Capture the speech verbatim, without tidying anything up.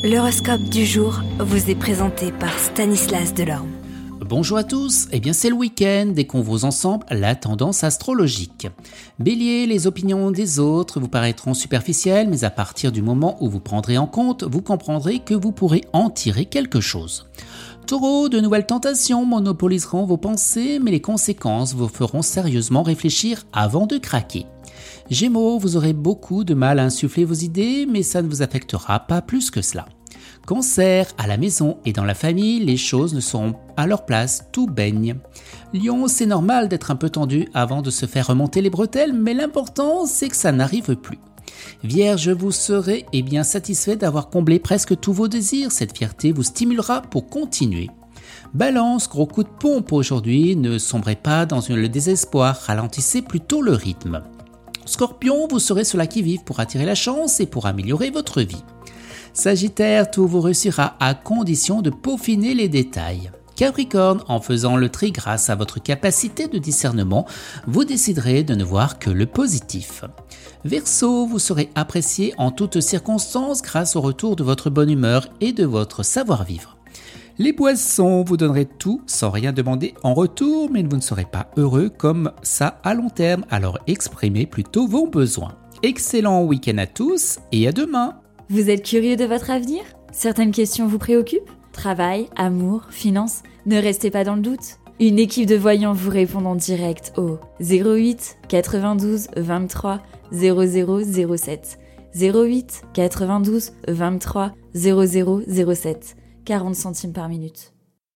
L'horoscope du jour vous est présenté par Stanislas Delorme. Bonjour à tous, eh bien c'est le week-end et qu'on vous ensemble la tendance astrologique. Bélier, les opinions des autres vous paraîtront superficielles, mais à partir du moment où vous prendrez en compte, vous comprendrez que vous pourrez en tirer quelque chose. Taureau, de nouvelles tentations monopoliseront vos pensées, mais les conséquences vous feront sérieusement réfléchir avant de craquer. Gémeaux, vous aurez beaucoup de mal à insuffler vos idées, mais ça ne vous affectera pas plus que cela. Cancer, à la maison et dans la famille, les choses ne seront à leur place, tout baigne. Lion, c'est normal d'être un peu tendu avant de se faire remonter les bretelles, mais l'important c'est que ça n'arrive plus. Vierge, vous serez eh bien satisfait d'avoir comblé presque tous vos désirs, cette fierté vous stimulera pour continuer. Balance, gros coup de pompe aujourd'hui, ne sombrez pas dans le désespoir, ralentissez plutôt le rythme. Scorpion, vous serez sur la qui-vive pour attirer la chance et pour améliorer votre vie. Sagittaire, tout vous réussira à condition de peaufiner les détails. Capricorne, en faisant le tri grâce à votre capacité de discernement, vous déciderez de ne voir que le positif. Verseau, vous serez apprécié en toutes circonstances grâce au retour de votre bonne humeur et de votre savoir-vivre. Les Poissons, vous donnerez tout sans rien demander en retour, mais vous ne serez pas heureux comme ça à long terme, alors exprimez plutôt vos besoins. Excellent week-end à tous et à demain. Vous êtes curieux de votre avenir ? Certaines questions vous préoccupent ? Travail, amour, finances ? Ne restez pas dans le doute. Une équipe de voyants vous répond en direct au zéro huit quatre-vingt-douze vingt-trois zéro zéro zéro sept zéro huit quatre-vingt-douze vingt-trois zéro zéro zéro sept quarante centimes par minute.